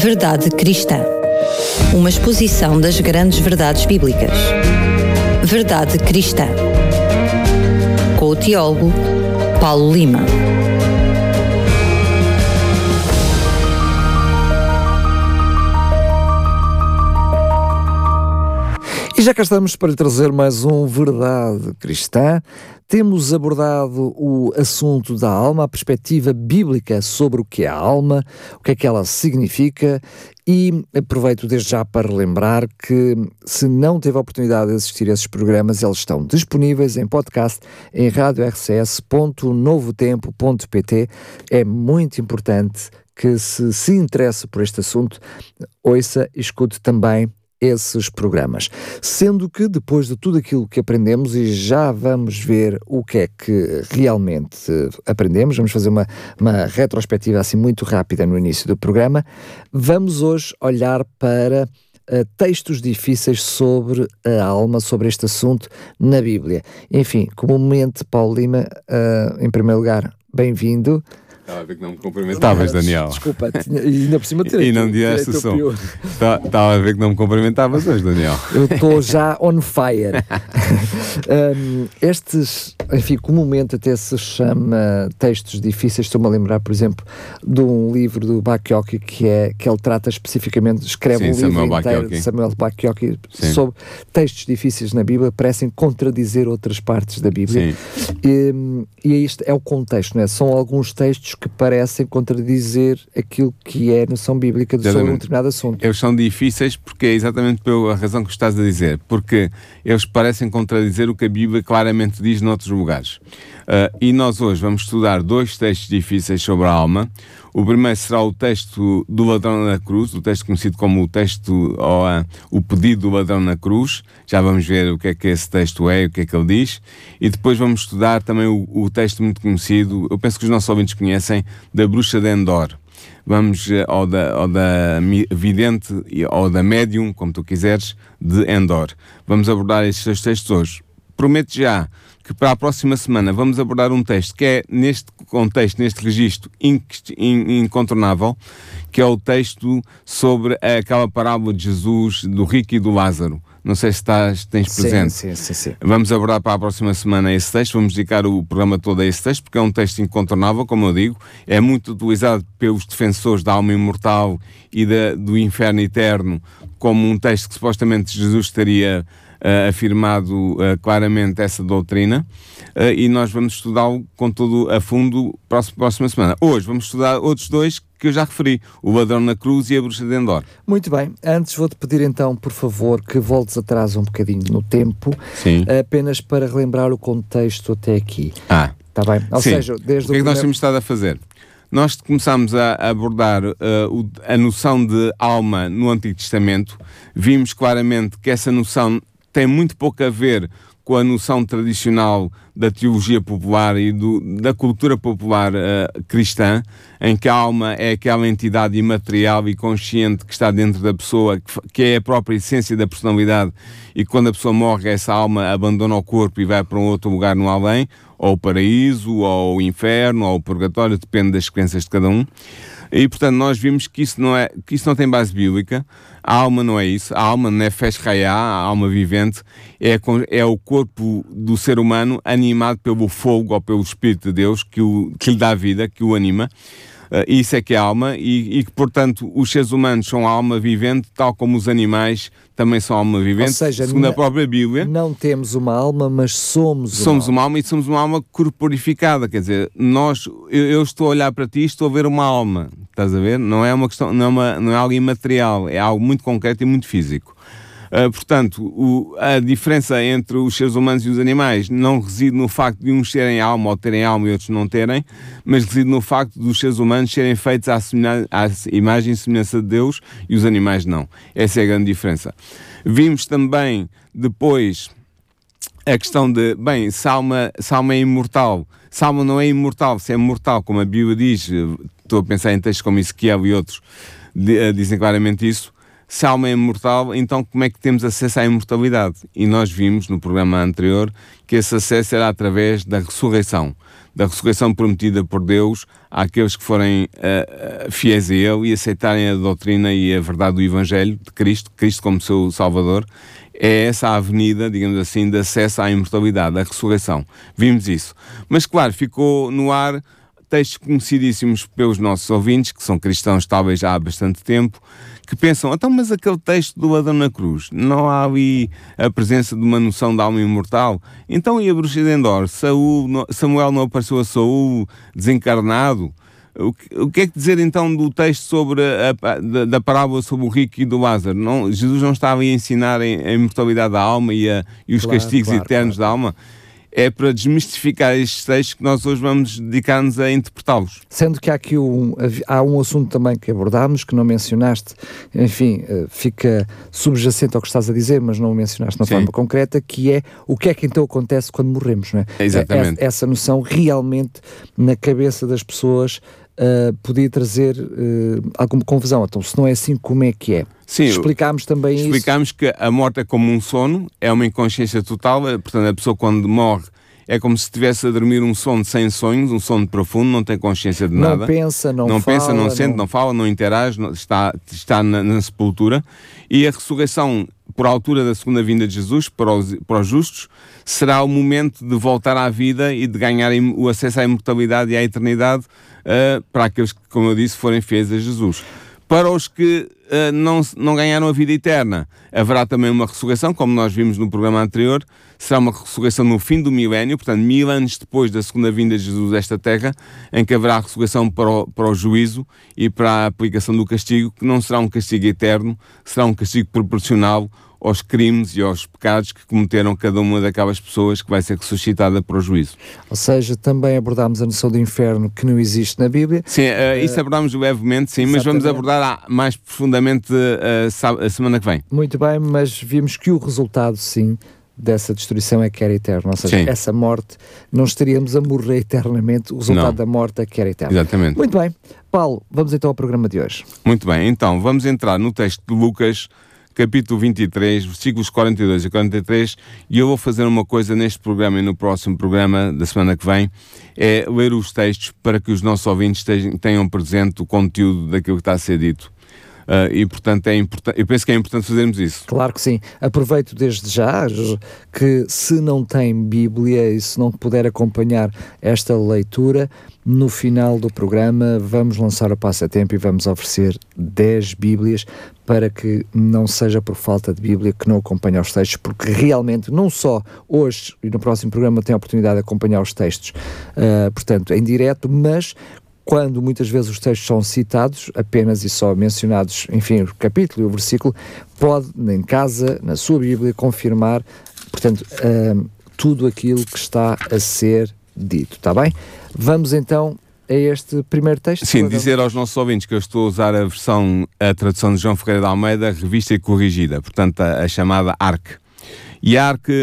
Verdade Cristã. Uma exposição das grandes verdades bíblicas. Verdade Cristã. Com o teólogo Paulo Lima. E já cá estamos para lhe trazer mais um Verdade Cristã. Temos abordado o assunto da alma, a perspectiva bíblica sobre o que é a alma, o que é que ela significa, e aproveito desde já para relembrar que, se não teve a oportunidade de assistir a esses programas, eles estão disponíveis em podcast em radiorcs.novotempo.pt. É muito importante que, se interessa por este assunto, ouça e escute também esses programas. Sendo que, depois de tudo aquilo que aprendemos, e já vamos ver o que é que realmente aprendemos, vamos fazer uma retrospectiva assim muito rápida no início do programa, vamos hoje olhar para textos difíceis sobre a alma, sobre este assunto na Bíblia. Enfim, comumente, Paulo Lima, em primeiro lugar, bem-vindo. Estava a ver que não me cumprimentavas, Daniel. Desculpa, ainda por cima tirei. E não deste o som. Estava a ver que não me cumprimentavas hoje, Daniel. Eu estou já on fire. Estes, enfim, comumente até se chama textos difíceis. Estou-me a lembrar, por exemplo, de um livro do Bacchiocchi que ele trata especificamente, escreve um livro inteiro de Samuel Bacchiocchi sobre textos difíceis na Bíblia, parecem contradizer outras partes da Bíblia. E isto é o contexto, não é? São alguns textos que parecem contradizer aquilo que é a noção bíblica sobre um determinado assunto. Eles são difíceis porque é exatamente pela razão que estás a dizer, porque eles parecem contradizer o que a Bíblia claramente diz noutros lugares. E nós hoje vamos estudar dois textos difíceis sobre a alma. O primeiro será o texto do ladrão na cruz, o texto conhecido como o texto, ou o pedido do ladrão na cruz. Já vamos ver o que é que esse texto é e o que é que ele diz. E depois vamos estudar também o texto muito conhecido, eu penso que os nossos ouvintes conhecem, da bruxa de Endor. Vamos, ou da vidente, ou da médium, como tu quiseres, de Endor. Vamos abordar estes dois textos hoje. Prometo já que para a próxima semana vamos abordar um texto que é, neste contexto, neste registro incontornável, que é o texto sobre aquela parábola de Jesus, do rico e do Lázaro. Não sei se tens presente. Sim. Vamos abordar para a próxima semana esse texto, vamos dedicar o programa todo a esse texto, porque é um texto incontornável, como eu digo, é muito utilizado pelos defensores da alma imortal e do inferno eterno, como um texto que supostamente Jesus teria afirmado claramente essa doutrina, e nós vamos estudá-lo com todo a fundo próxima semana. Hoje vamos estudar outros dois que eu já referi, o ladrão na cruz e a bruxa de Endor. Muito bem, antes vou-te pedir então, por favor, que voltes atrás um bocadinho no tempo, apenas para relembrar o contexto até aqui. Está bem? Ou seja, desde o que é que nós temos estado a fazer? Nós começámos a abordar a noção de alma no Antigo Testamento. Vimos claramente que essa noção tem muito pouco a ver com a noção tradicional da teologia popular e da cultura popular cristã, em que a alma é aquela entidade imaterial e consciente que está dentro da pessoa, que é a própria essência da personalidade, e quando a pessoa morre, essa alma abandona o corpo e vai para um outro lugar no além, ou o paraíso, ou o inferno, ou o purgatório, depende das crenças de cada um. E, portanto, nós vimos que isso não tem base bíblica. A alma não é isso. A alma, nefesh hayah, a alma vivente, é o corpo do ser humano animado pelo fogo ou pelo Espírito de Deus que lhe dá vida, que o anima. Isso é que é alma, e que, portanto, os seres humanos são alma vivente, tal como os animais também são alma vivente. Ou seja, segundo a própria Bíblia, não temos uma alma, mas somos uma alma, e somos uma alma corporificada. Quer dizer, eu estou a olhar para ti e estou a ver uma alma, estás a ver? Não é uma questão, não é algo imaterial, é algo muito concreto e muito físico. Portanto, a diferença entre os seres humanos e os animais não reside no facto de uns terem alma ou terem alma e outros não terem, mas reside no facto dos seres humanos serem feitos à imagem e semelhança de Deus e os animais não. Essa é a grande diferença. Vimos também depois a questão de, se a alma é imortal, se a alma não é imortal, se é mortal, como a Bíblia diz, estou a pensar em textos como Ezequiel e outros, dizem claramente isso. Se a alma é imortal, então como é que temos acesso à imortalidade? E nós vimos no programa anterior que esse acesso era através da ressurreição. da ressurreição prometida por Deus àqueles que forem fiéis a Ele e aceitarem a doutrina e a verdade do Evangelho de Cristo, Cristo como seu Salvador. É essa a avenida, digamos assim, de acesso à imortalidade, à ressurreição. Vimos isso. Mas, claro, ficou no ar textos conhecidíssimos pelos nossos ouvintes, que são cristãos talvez já há bastante tempo, que pensam, então, mas aquele texto do Adão na cruz, não há ali a presença de uma noção de alma imortal? Então, e a bruxa de Endor? Samuel não apareceu a Saul desencarnado? O que é que dizer então do texto sobre da parábola sobre o rico e do Lázaro? Não, Jesus não estava a ensinar a imortalidade da alma e os castigos eternos da alma? É para desmistificar estes textos que nós hoje vamos dedicar-nos a interpretá-los. Sendo que há aqui há um assunto também que abordámos, que não mencionaste, enfim, fica subjacente ao que estás a dizer, mas não o mencionaste de forma concreta, que é o que é que então acontece quando morremos, não é? Exatamente. Essa noção realmente na cabeça das pessoas podia trazer alguma confusão. Então, se não é assim, como é que é? Sim, explicámos também isso. Explicámos que a morte é como um sono, é uma inconsciência total, portanto a pessoa quando morre é como se estivesse a dormir um sono sem sonhos, um sono profundo, não tem consciência de nada. Não pensa, não fala. Não pensa, não sente, não fala, não interage, está na sepultura. E a ressurreição, por altura da segunda vinda de Jesus, para os justos, será o momento de voltar à vida e de ganhar o acesso à imortalidade e à eternidade para aqueles que, como eu disse, forem fiéis a Jesus. Para os que não ganharam a vida eterna, haverá também uma ressurreição, como nós vimos no programa anterior. Será uma ressurreição no fim do milénio, portanto 1000 anos depois da segunda vinda de Jesus a esta terra, em que haverá a ressurreição para o juízo e para a aplicação do castigo, que não será um castigo eterno, será um castigo proporcional aos crimes e aos pecados que cometeram cada uma daquelas pessoas, que vai ser ressuscitada para o juízo. Ou seja, também abordámos a noção do inferno, que não existe na Bíblia. Sim, isso abordámos levemente, sim, mas vamos abordar mais profundamente a semana que vem. Muito bem, mas vimos que o resultado, sim, dessa destruição é que era eterno, ou seja, essa morte, não estaríamos a morrer eternamente, o resultado da morte é que era eterno. Exatamente. Muito bem. Paulo, vamos então ao programa de hoje. Muito bem, então vamos entrar no texto de Lucas, capítulo 23, versículos 42 e 43, e eu vou fazer uma coisa neste programa e no próximo programa da semana que vem, é ler os textos para que os nossos ouvintes tenham presente o conteúdo daquilo que está a ser dito. E portanto eu penso que é importante fazermos isso. Claro que sim. Aproveito desde já que, se não tem Bíblia e se não puder acompanhar esta leitura, no final do programa vamos lançar o passatempo e vamos oferecer 10 Bíblias, para que não seja por falta de Bíblia que não acompanhe os textos, porque realmente não só hoje e no próximo programa tem a oportunidade de acompanhar os textos, portanto em direto, mas quando muitas vezes os textos são citados, apenas e só mencionados, enfim, o capítulo e o versículo, pode, em casa, na sua Bíblia, confirmar, portanto, tudo aquilo que está a ser dito, está bem? Vamos então a este primeiro texto. Sim, dizer aos nossos ouvintes que eu estou a usar a tradução de João Ferreira de Almeida, revista e corrigida, portanto, a chamada ARC. E a ARC...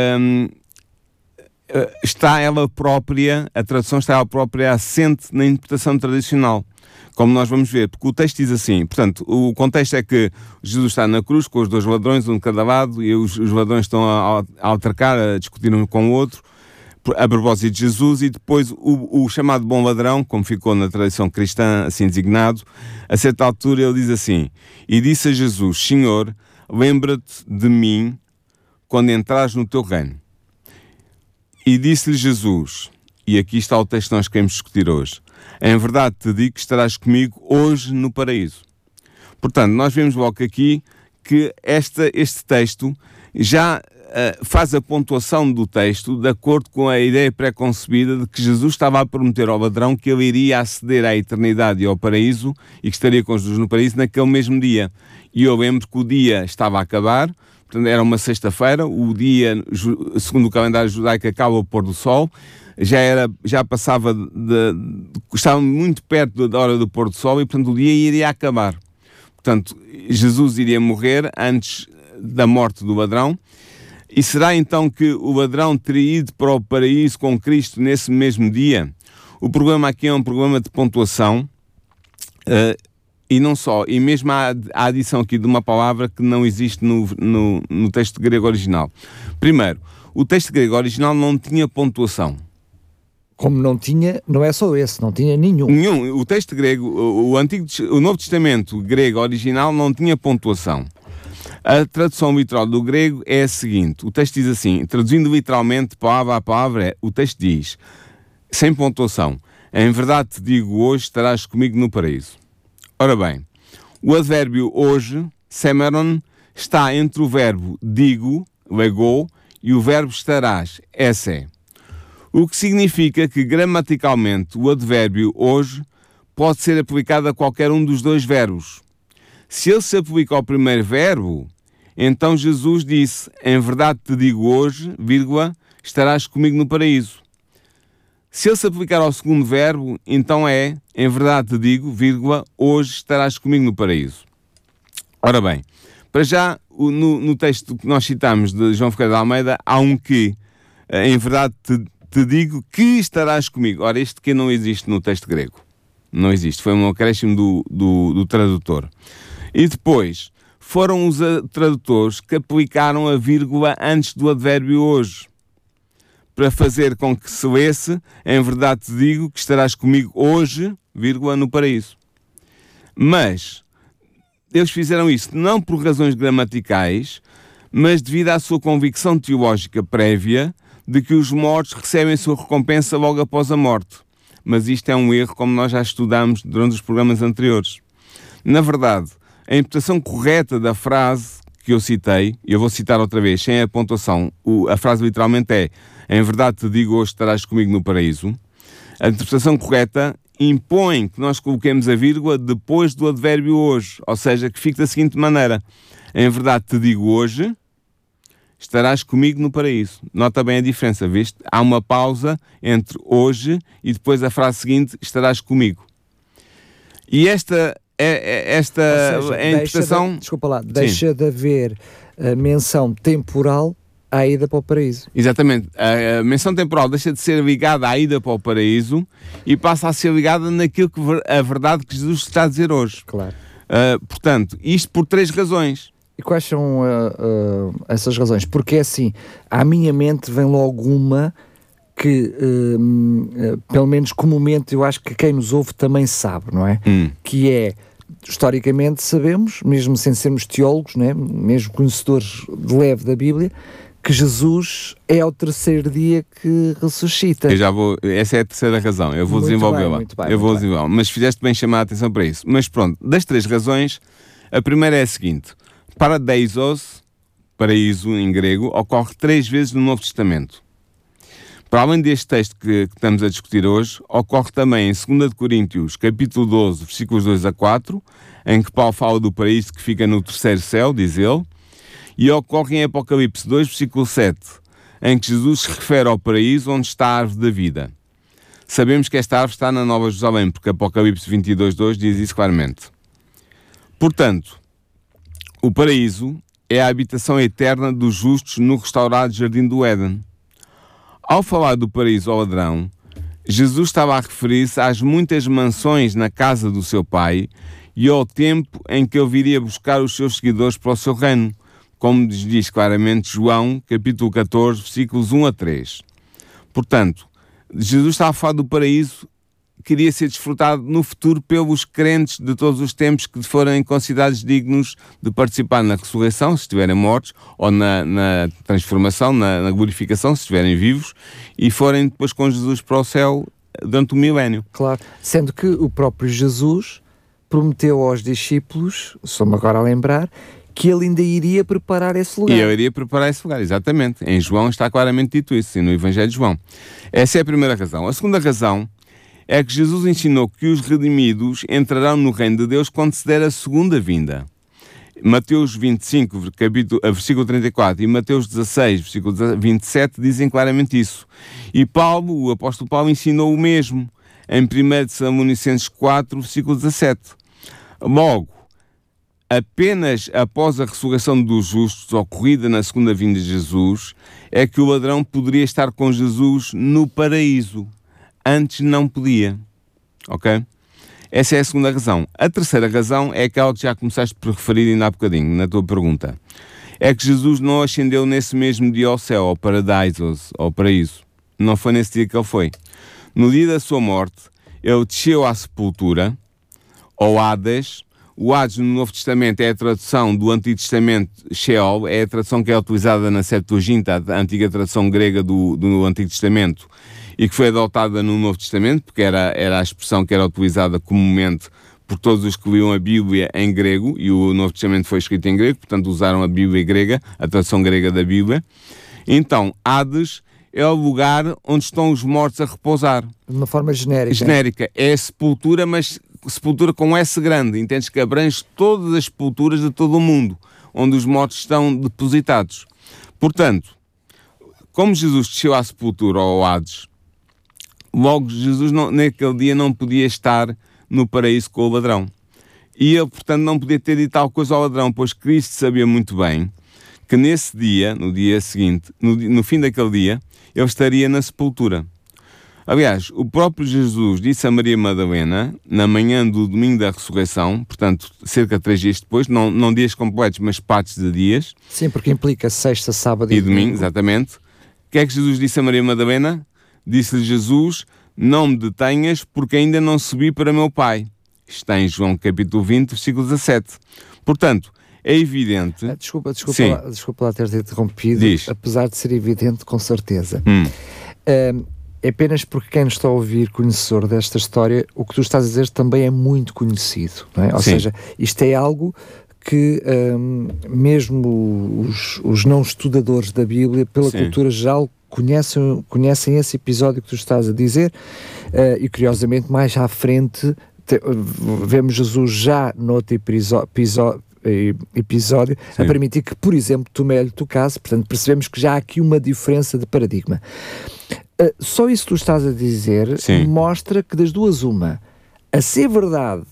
está ela própria, a tradução está ela própria assente na interpretação tradicional, como nós vamos ver, porque o texto diz assim, portanto, o contexto é que Jesus está na cruz com os dois ladrões, um de cada lado, e os ladrões estão a altercar, a discutir um com o outro, a propósito de Jesus, e depois o chamado bom ladrão, como ficou na tradição cristã assim designado, a certa altura ele diz assim, e disse a Jesus, Senhor, lembra-te de mim quando entrares no teu reino. E disse-lhe Jesus, e aqui está o texto que nós queremos discutir hoje, em verdade te digo que estarás comigo hoje no paraíso. Portanto, nós vemos logo aqui que este texto já faz a pontuação do texto de acordo com a ideia pré-concebida de que Jesus estava a prometer ao ladrão que ele iria aceder à eternidade e ao paraíso e que estaria com Jesus no paraíso naquele mesmo dia. E eu lembro que o dia estava a acabar, portanto, era uma sexta-feira, o dia, segundo o calendário judaico, acaba o pôr do sol, já passava estava muito perto da hora do pôr do sol e, portanto, o dia iria acabar. Portanto, Jesus iria morrer antes da morte do ladrão, e será então que o ladrão teria ido para o paraíso com Cristo nesse mesmo dia? O problema aqui é um problema de pontuação, e não só, e mesmo há a adição aqui de uma palavra que não existe no texto grego original. Primeiro, o texto grego original não tinha pontuação. Como não tinha, não é só esse, não tinha nenhum. O texto grego, o Novo Testamento grego original não tinha pontuação. A tradução literal do grego é a seguinte: o texto diz assim, traduzindo literalmente palavra a palavra, o texto diz, sem pontuação: em verdade te digo, hoje estarás comigo no paraíso. Ora bem, o advérbio hoje, semeron, está entre o verbo digo, legou, e o verbo estarás, esse. O que significa que, gramaticalmente, o advérbio hoje pode ser aplicado a qualquer um dos dois verbos. Se ele se aplica ao primeiro verbo, então Jesus disse, em verdade te digo hoje, vírgula, estarás comigo no paraíso. Se ele se aplicar ao segundo verbo, então é, em verdade te digo, vírgula, hoje estarás comigo no paraíso. Ora bem, para já, no texto que nós citamos de João Ferreira de Almeida, há um que, em verdade te digo que estarás comigo. Ora, este que não existe no texto grego. Não existe. Foi um acréscimo do tradutor. E depois, foram os tradutores que aplicaram a vírgula antes do advérbio hoje, para fazer com que se lesse, em verdade te digo que estarás comigo hoje, vírgula, no paraíso. Mas eles fizeram isso não por razões gramaticais, mas devido à sua convicção teológica prévia de que os mortos recebem a sua recompensa logo após a morte. Mas isto é um erro, como nós já estudámos durante os programas anteriores. Na verdade, a interpretação correta da frase que eu citei, e eu vou citar outra vez, sem a pontuação, a frase literalmente é: em verdade te digo, hoje estarás comigo no paraíso. A interpretação correta impõe que nós coloquemos a vírgula depois do advérbio hoje, ou seja, que fique da seguinte maneira: em verdade te digo hoje, estarás comigo no paraíso. Nota bem a diferença, viste? Há uma pausa entre hoje e depois a frase seguinte, estarás comigo. E esta seja, a interpretação... Desculpa lá, deixa de haver menção temporal à ida para o paraíso. Exatamente. A menção temporal deixa de ser ligada à ida para o paraíso e passa a ser ligada naquilo que a verdade que Jesus está a dizer hoje. Claro. Portanto, isto por 3 razões. E quais são essas razões? Porque assim, à minha mente vem logo uma que, pelo menos comumente, eu acho que quem nos ouve também sabe, não é? Que é, historicamente sabemos, mesmo sem sermos teólogos, não é? Mesmo conhecedores de leve da Bíblia, que Jesus é ao terceiro dia que ressuscita. Essa é a terceira razão, eu vou desenvolvê-la. Desenvolvê-la. Mas fizeste bem chamar a atenção para isso. Mas pronto, das 3 razões, a primeira é a seguinte: paradeisos, paraíso em grego, ocorre 3 vezes no Novo Testamento. Para além deste texto que estamos a discutir hoje, ocorre também em 2 Coríntios, capítulo 12, versículos 2 a 4, em que Paulo fala do paraíso que fica no terceiro céu, diz ele, e ocorre em Apocalipse 2, versículo 7, em que Jesus se refere ao paraíso onde está a árvore da vida. Sabemos que esta árvore está na Nova Jerusalém, porque Apocalipse 22, 2 diz isso claramente. Portanto, o paraíso é a habitação eterna dos justos no restaurado Jardim do Éden. Ao falar do paraíso ao ladrão, Jesus estava a referir-se às muitas mansões na casa do seu pai e ao tempo em que ele viria buscar os seus seguidores para o seu reino, como diz claramente João, capítulo 14, versículos 1 a 3. Portanto, Jesus estava a falar do paraíso que queria ser desfrutado no futuro pelos crentes de todos os tempos que forem considerados dignos de participar na ressurreição, se estiverem mortos, ou na transformação, na glorificação, se estiverem vivos, e forem depois com Jesus para o céu durante o milénio. Claro, sendo que o próprio Jesus prometeu aos discípulos, sou-me agora a lembrar, que ele ainda iria preparar esse lugar. E ele iria preparar esse lugar, exatamente. Em João está claramente dito isso, e no Evangelho de João. Essa é a primeira razão. A segunda razão é que Jesus ensinou que os redimidos entrarão no reino de Deus quando se der a segunda vinda. Mateus 25, versículo 34, e Mateus 16, versículo 27, dizem claramente isso. E Paulo, o apóstolo Paulo, ensinou o mesmo, em 1 Tessalonicenses 4, versículo 17. Logo, apenas após a ressurreição dos justos, ocorrida na segunda vinda de Jesus, é que o ladrão poderia estar com Jesus no paraíso. Antes não podia. Ok? Essa é a segunda razão. A terceira razão é aquela que já começaste por referir ainda há bocadinho, na tua pergunta. É que Jesus não ascendeu nesse mesmo dia ao céu, ao paraíso. Não foi nesse dia que ele foi. No dia da sua morte, ele desceu à sepultura, ao Hades. O Hades no Novo Testamento é a tradução do Antigo Testamento, Sheol, é a tradução que é utilizada na Septuaginta, a antiga tradução grega do Antigo Testamento, e que foi adotada no Novo Testamento, porque era a expressão que era utilizada comumente por todos os que liam a Bíblia em grego, e o Novo Testamento foi escrito em grego, portanto usaram a Bíblia grega, a tradução grega da Bíblia. Então, Hades é o lugar onde estão os mortos a repousar. De uma forma genérica. Genérica. É a sepultura, mas sepultura com S grande. Entendes que abrange todas as sepulturas de todo o mundo, onde os mortos estão depositados. Portanto, como Jesus desceu à sepultura, ao Hades, logo Jesus naquele dia não podia estar no paraíso com o ladrão. E ele, portanto, não podia ter dito tal coisa ao ladrão, pois Cristo sabia muito bem que nesse dia, no dia seguinte, no fim daquele dia, ele estaria na sepultura. Aliás, o próprio Jesus disse a Maria Madalena, na manhã do domingo da ressurreição, portanto, cerca de 3 dias depois, não dias completos, mas partes de dias. Sim, porque implica sexta, sábado e domingo. Exatamente. O que é que Jesus disse a Maria Madalena? Disse-lhe Jesus: não me detenhas, porque ainda não subi para meu Pai. Está em João capítulo 20, versículo 17. Portanto, é evidente... Desculpa lá ter-te interrompido, Diz. Apesar de ser evidente, com certeza. É apenas porque quem nos está a ouvir, conhecedor desta história, o que tu estás a dizer também é muito conhecido, não é? Ou seja, isto é algo que mesmo os não estudadores da Bíblia, pela cultura geral, conhecem esse episódio que tu estás a dizer, e curiosamente mais à frente vemos Jesus já noutro episódio a permitir que, por exemplo, Tomé lhe tocasse. Portanto, percebemos que já há aqui uma diferença de paradigma. Só isso que tu estás a dizer mostra que das duas uma, a ser verdade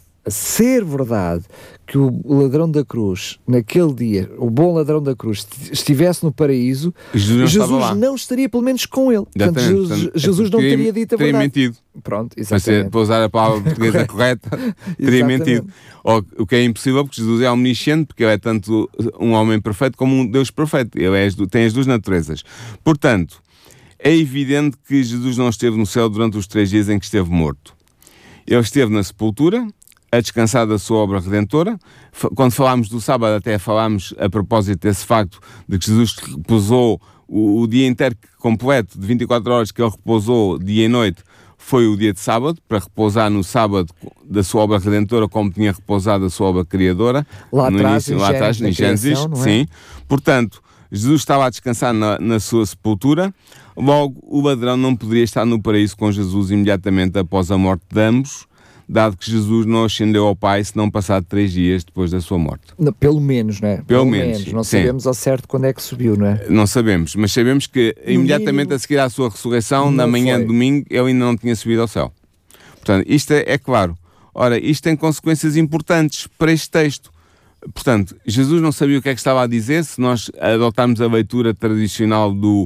que o ladrão da cruz, naquele dia, o bom ladrão da cruz, estivesse no paraíso, Jesus não estaria pelo menos com ele. Portanto, Jesus não teria dito a verdade. Teria mentido. Pronto, exatamente. Para usar a palavra portuguesa correta, teria mentido. O que é impossível, porque Jesus é omnisciente, porque ele é tanto um homem perfeito como um Deus perfeito. Ele tem as duas naturezas. Portanto, é evidente que Jesus não esteve no céu durante os 3 dias em que esteve morto. Ele esteve na sepultura, a descansar da sua obra redentora. Quando falámos do sábado, até falámos a propósito desse facto de que Jesus repousou o dia inteiro completo, de 24 horas que ele repousou dia e noite, foi o dia de sábado, para repousar no sábado da sua obra redentora, como tinha repousado a sua obra criadora. Lá atrás, em Gênesis, sim. Portanto, Jesus estava a descansar na sua sepultura. Logo, o ladrão não poderia estar no paraíso com Jesus imediatamente após a morte de ambos, dado que Jesus não ascendeu ao Pai senão passado 3 dias depois da sua morte. Não, pelo menos, não é? Pelo menos. Não sabemos ao certo quando é que subiu, não é? Não sabemos, mas sabemos que imediatamente a seguir à sua ressurreição, na manhã de domingo, ele ainda não tinha subido ao céu. Portanto, isto é claro. Ora, isto tem consequências importantes para este texto. Portanto, Jesus não sabia o que é que estava a dizer. Se nós adotarmos a leitura tradicional do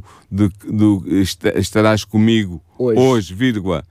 estarás comigo hoje, vírgula,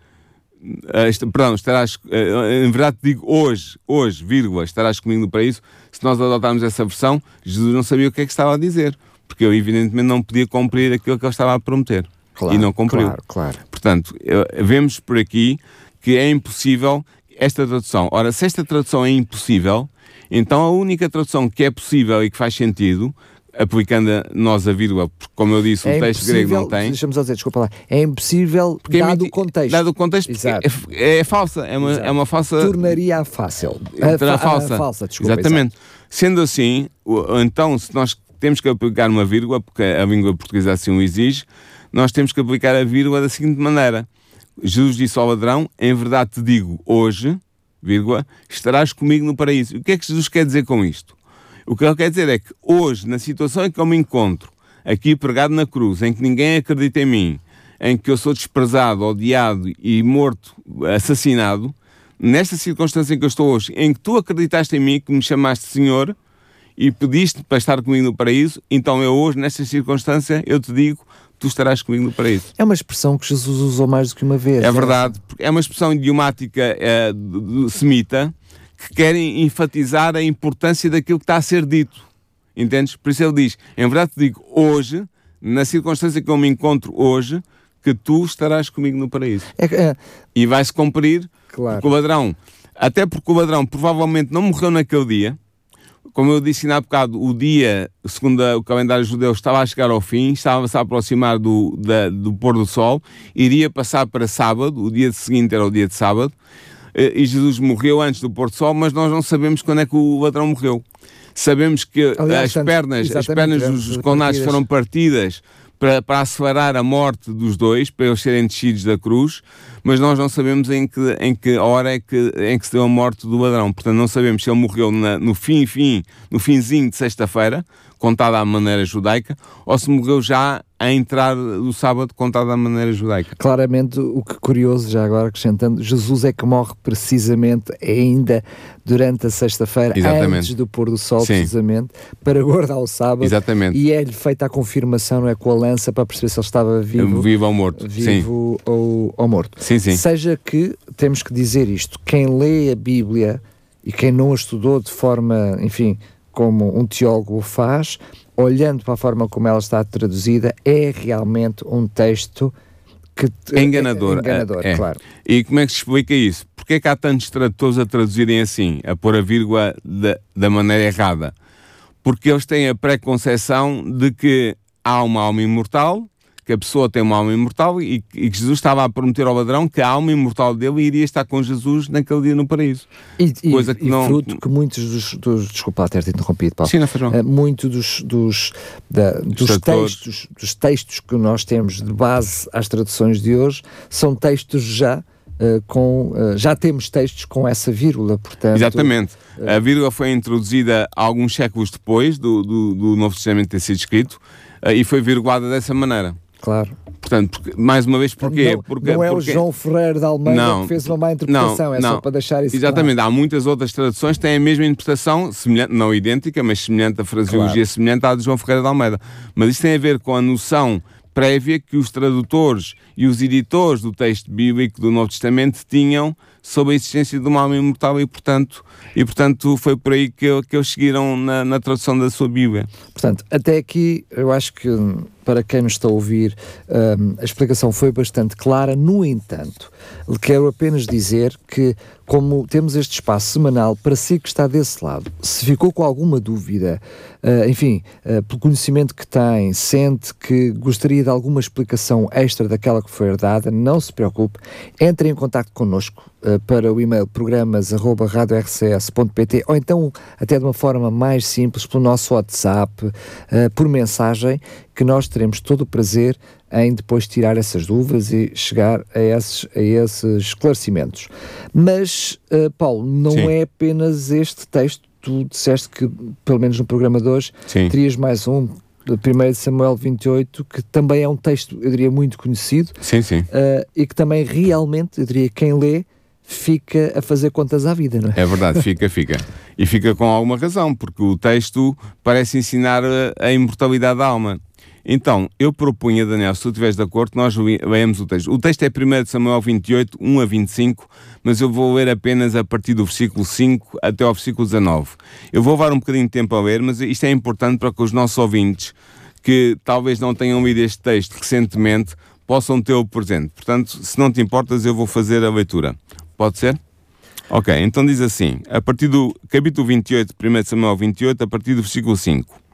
em verdade digo hoje, vírgula, estarás comigo no paraíso. Se nós adotarmos essa versão, Jesus não sabia o que é que estava a dizer, porque ele evidentemente não podia cumprir aquilo que ele estava a prometer. Claro, e não cumpriu. Claro. Portanto, vemos por aqui que é impossível esta tradução. Ora, se esta tradução é impossível, então a única tradução que é possível e que faz sentido, aplicando nós a vírgula, porque como eu disse, o texto grego não tem... Deixa-me só dizer, desculpa lá, é impossível dado o contexto. Dado o contexto, é falsa, é uma falsa... Tornaria fácil. Falsa, desculpa. Exatamente. Sendo assim, então, se nós temos que aplicar uma vírgula, porque a língua portuguesa assim o exige, nós temos que aplicar a vírgula da seguinte maneira. Jesus disse ao ladrão: em verdade te digo, hoje, vírgula, estarás comigo no paraíso. O que é que Jesus quer dizer com isto? O que ele quer dizer é que hoje, na situação em que eu me encontro, aqui pregado na cruz, em que ninguém acredita em mim, em que eu sou desprezado, odiado e morto, assassinado, nesta circunstância em que eu estou hoje, em que tu acreditaste em mim, que me chamaste Senhor e pediste para estar comigo no paraíso, então eu hoje, nesta circunstância, eu te digo, tu estarás comigo no paraíso. É uma expressão que Jesus usou mais do que uma vez. É verdade, é uma expressão idiomática semita, que querem enfatizar a importância daquilo que está a ser dito. Entendes? Por isso ele diz: em verdade te digo, hoje, na circunstância que eu me encontro hoje, que tu estarás comigo no paraíso. É, E vai-se cumprir, claro. porque o ladrão provavelmente não morreu naquele dia. Como eu disse há bocado, o dia, segundo o calendário judeu, estava a chegar ao fim, estava-se a aproximar do pôr do sol, iria passar para sábado, o dia seguinte era o dia de sábado, e Jesus morreu antes do pôr do sol, mas nós não sabemos quando é que o ladrão morreu. Sabemos que as pernas dos condenados foram partidas para acelerar a morte dos dois, para eles serem descidos da cruz, mas nós não sabemos em que hora em que se deu a morte do ladrão. Portanto, não sabemos se ele morreu no finzinho de sexta-feira, contada à maneira judaica, ou se morreu já a entrar do sábado, contada à maneira judaica. Claramente, o que curioso, já agora acrescentando, Jesus é que morre precisamente ainda durante a sexta-feira, antes do pôr do sol, sim, precisamente, para guardar o sábado. Exatamente. E é-lhe feita a confirmação, não é, com a lança, para perceber se ele estava vivo ou morto. Vivo ou morto. Sim, sim. Seja que, temos que dizer isto, quem lê a Bíblia e quem não a estudou de forma, enfim, como um teólogo o faz, olhando para a forma como ela está traduzida, é realmente um texto que enganador, claro. E como é que se explica isso? Porque é que há tantos tradutores a traduzirem assim, a pôr a vírgula da maneira errada? Porque eles têm a preconceção de que há uma alma imortal, que a pessoa tem uma alma imortal e que Jesus estava a prometer ao ladrão que a alma imortal dele iria estar com Jesus naquele dia no paraíso. Coisa que não... fruto que muitos dos desculpa ter-te interrompido, Paulo. Sim, não faz mal. Muitos dos textos que nós temos de base às traduções de hoje são textos já temos textos com essa vírgula, portanto... Exatamente. A vírgula foi introduzida alguns séculos depois do Novo Testamento ter sido escrito e foi virgulada dessa maneira. Claro. Portanto, mais uma vez, porquê? Não é o João Ferreira de Almeida que fez uma má interpretação, só para deixar isso exatamente, claro. Há muitas outras traduções que têm a mesma interpretação, semelhante, não idêntica, mas semelhante, a fraseologia claro. Semelhante à de João Ferreira de Almeida. Mas isso tem a ver com a noção prévia que os tradutores e os editores do texto bíblico do Novo Testamento tinham sobre a existência de uma alma imortal e portanto foi por aí que eles seguiram na tradução da sua Bíblia. Portanto, até aqui eu acho que para quem nos está a ouvir a explicação foi bastante clara. No entanto, quero apenas dizer que, como temos este espaço semanal, para si que está desse lado, se ficou com alguma dúvida, pelo conhecimento que tem, sente que gostaria de alguma explicação extra daquela que foi herdada, não se preocupe, entre em contacto connosco para o e-mail programas@radiorcs.pt ou então até de uma forma mais simples pelo nosso WhatsApp, por mensagem, que nós teremos todo o prazer em depois tirar essas dúvidas e chegar a esses esclarecimentos. Mas, Paulo, não é apenas este texto. Tu disseste que, pelo menos no programa de hoje, terias mais um, de 1 Samuel 28, que também é um texto, eu diria, muito conhecido. E que também realmente, eu diria, quem lê fica a fazer contas à vida, não é? É verdade, fica. E fica com alguma razão, porque o texto parece ensinar a imortalidade da alma. Então, eu propunha, Daniel, se tu estiveres de acordo, nós leemos o texto. O texto é 1 Samuel 28, 1 a 25, mas eu vou ler apenas a partir do versículo 5 até ao versículo 19. Eu vou levar um bocadinho de tempo a ler, mas isto é importante para que os nossos ouvintes, que talvez não tenham lido este texto recentemente, possam tê-lo presente. Portanto, se não te importas, eu vou fazer a leitura. Pode ser? Ok, então diz assim, a partir do capítulo 28, 1 Samuel 28, a partir do versículo 5.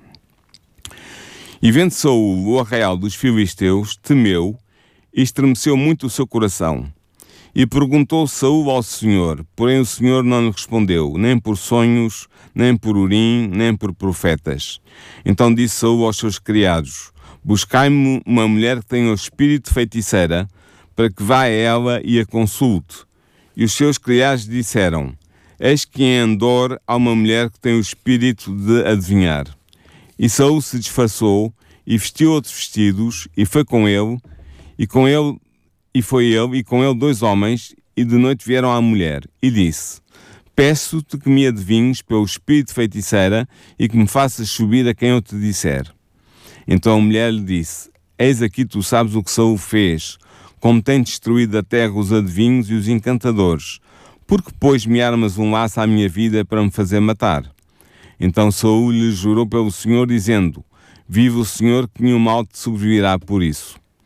E vendo Saúl o arraial dos filisteus, temeu e estremeceu muito o seu coração. E perguntou Saúl ao Senhor, porém o Senhor não lhe respondeu, nem por sonhos, nem por urim, nem por profetas. Então disse Saúl aos seus criados, buscai-me uma mulher que tenha o espírito de feiticeira, para que vá a ela e a consulte. E os seus criados disseram, eis que em Endor há uma mulher que tem o espírito de adivinhar. E Saúl se disfarçou e vestiu outros vestidos e foi com ele, e foi ele e com ele 2 homens, e de noite vieram à mulher, e disse, peço-te que me adivinhes pelo espírito de feiticeira e que me faças subir a quem eu te disser. Então a mulher lhe disse, eis aqui tu sabes o que Saúl fez, como tem destruído da terra os adivinhos e os encantadores, porque pois me armas um laço à minha vida para me fazer matar. Então Saúl lhe jurou pelo Senhor, dizendo, vive o Senhor que nenhum mal te sobrevirá por isso.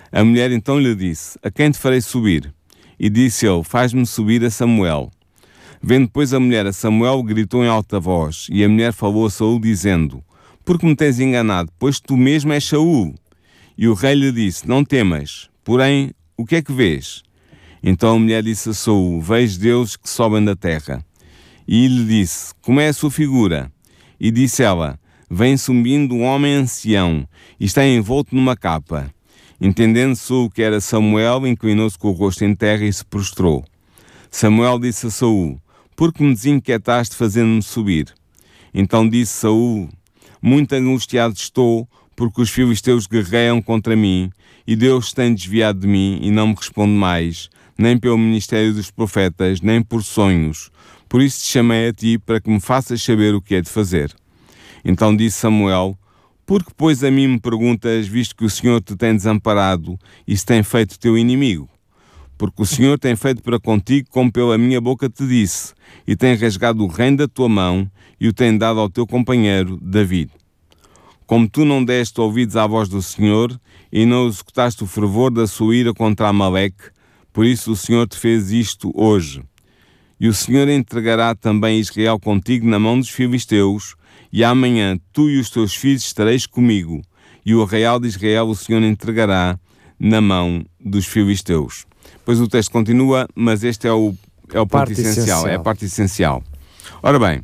A mulher então lhe disse: a quem te farei subir? E disse ele: faz-me subir a Samuel. Vendo depois a mulher a Samuel, gritou em alta voz, e a mulher falou a Saul, dizendo: por que me tens enganado, pois tu mesmo és Saul? E o rei lhe disse: não temas, porém, o que é que vês? Então a mulher disse a Saul: vejo deuses que sobem da terra. E lhe disse: como é a sua figura? E disse ela: vem subindo um homem ancião, e está envolto numa capa. Entendendo Saul que era Samuel, inclinou-se com o rosto em terra e se prostrou. Samuel disse a Saul: por que me desinquietaste fazendo-me subir? Então disse Saul: muito angustiado estou, porque os filisteus guerreiam contra mim, e Deus se tem desviado de mim e não me responde mais, nem pelo ministério dos profetas, nem por sonhos. Por isso te chamei a ti, para que me faças saber o que é de fazer. Então disse Samuel: por que pois a mim me perguntas, visto que o Senhor te tem desamparado e se tem feito teu inimigo? Porque o Senhor tem feito para contigo como pela minha boca te disse, e tem rasgado o reino da tua mão e o tem dado ao teu companheiro David. Como tu não deste ouvidos à voz do Senhor e não executaste o fervor da sua ira contra Amaleque, por isso o Senhor te fez isto hoje. E o Senhor entregará também Israel contigo na mão dos filisteus, e amanhã tu e os teus filhos estareis comigo, e o arraial de Israel o Senhor entregará na mão dos filisteus. Depois o texto continua, mas este é o ponto essencial, é a parte essencial. Ora bem,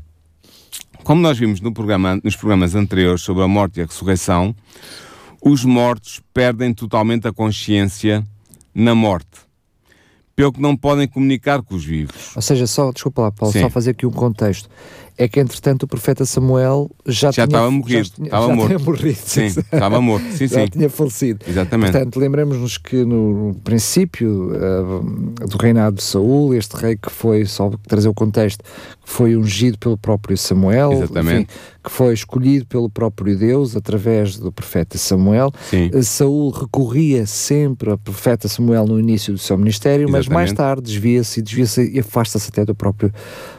como nós vimos nos programas anteriores sobre a morte e a ressurreição, os mortos perdem totalmente a consciência na morte, pelo que não podem comunicar com os vivos. Ou seja, desculpa lá, Paulo, só fazer aqui um contexto. É que, entretanto, o profeta Samuel já estava morrido. Estava morrido. Sim, estava morto. Sim, já tinha falecido. Exatamente. Portanto, lembramos-nos que no princípio do reinado de Saul, este rei que foi, só trazer o contexto, que foi ungido pelo próprio Samuel, enfim, que foi escolhido pelo próprio Deus através do profeta Samuel. Saul recorria sempre ao profeta Samuel no início do seu ministério, mas mais tarde desvia-se e afasta-se até do próprio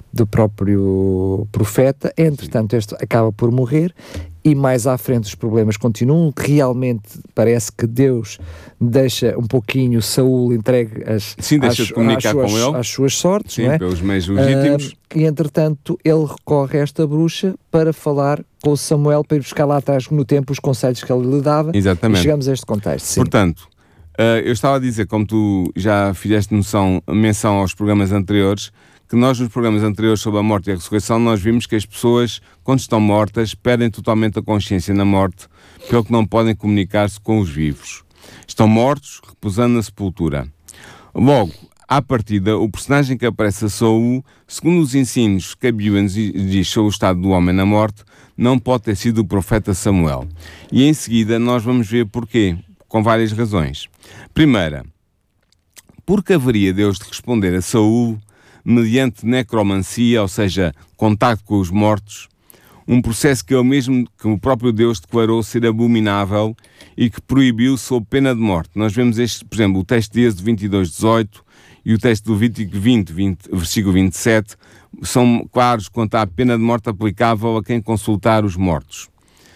profeta. Entretanto, este acaba por morrer e mais à frente os problemas continuam. Realmente parece que Deus deixa um pouquinho Saul entregue às suas sortes, não é? Pelos meios legítimos. E entretanto ele recorre a esta bruxa para falar com Samuel, para ir buscar lá atrás no tempo os conselhos que ele lhe dava. Exatamente. E chegamos a este contexto. Sim. Portanto, eu estava a dizer, como tu já fizeste menção aos programas anteriores, que nós nos programas anteriores sobre a morte e a ressurreição nós vimos que as pessoas, quando estão mortas, perdem totalmente a consciência na morte, pelo que não podem comunicar-se com os vivos. Estão mortos, repousando na sepultura. Logo, à partida, o personagem que aparece a Saul, segundo os ensinos que a Bíblia nos diz sobre o estado do homem na morte, não pode ter sido o profeta Samuel. E em seguida nós vamos ver porquê, com várias razões. Primeira, porque haveria Deus de responder a Saul mediante necromancia, ou seja, contacto com os mortos, um processo que o próprio Deus declarou ser abominável e que proibiu sob pena de morte. Nós vemos por exemplo, o texto de Êxodo 22:18 e o texto do Levítico 20, versículo 27, são claros quanto à pena de morte aplicável a quem consultar os mortos.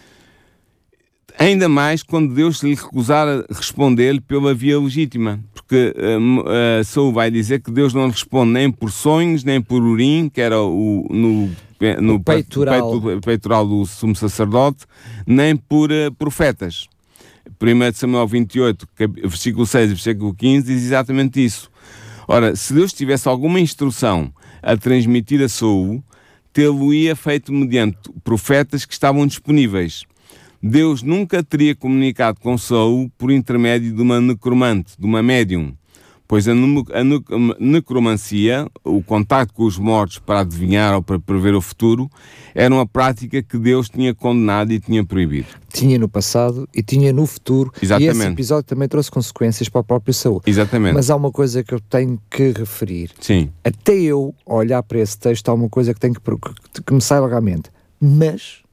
Ainda mais quando Deus lhe recusar a responder-lhe pela via legítima, porque Saul vai dizer que Deus não responde nem por sonhos, nem por urim, que era no peitoral do sumo sacerdote, nem por profetas. 1 Samuel 28, versículo 6 e versículo 15 diz exatamente isso. Ora, se Deus tivesse alguma instrução a transmitir a Saul, tê-lo-ia feito mediante profetas que estavam disponíveis. Deus nunca teria comunicado com Saul por intermédio de uma necromante, de uma médium, pois a necromancia, o contacto com os mortos para adivinhar ou para prever o futuro, era uma prática que Deus tinha condenado e tinha proibido. Tinha no passado e tinha no futuro. Exatamente. E esse episódio também trouxe consequências para o próprio Saul. Exatamente. Mas há uma coisa que eu tenho que referir. Sim. Até eu olhar para esse texto há uma coisa que tenho que me sai logo à mente. Mas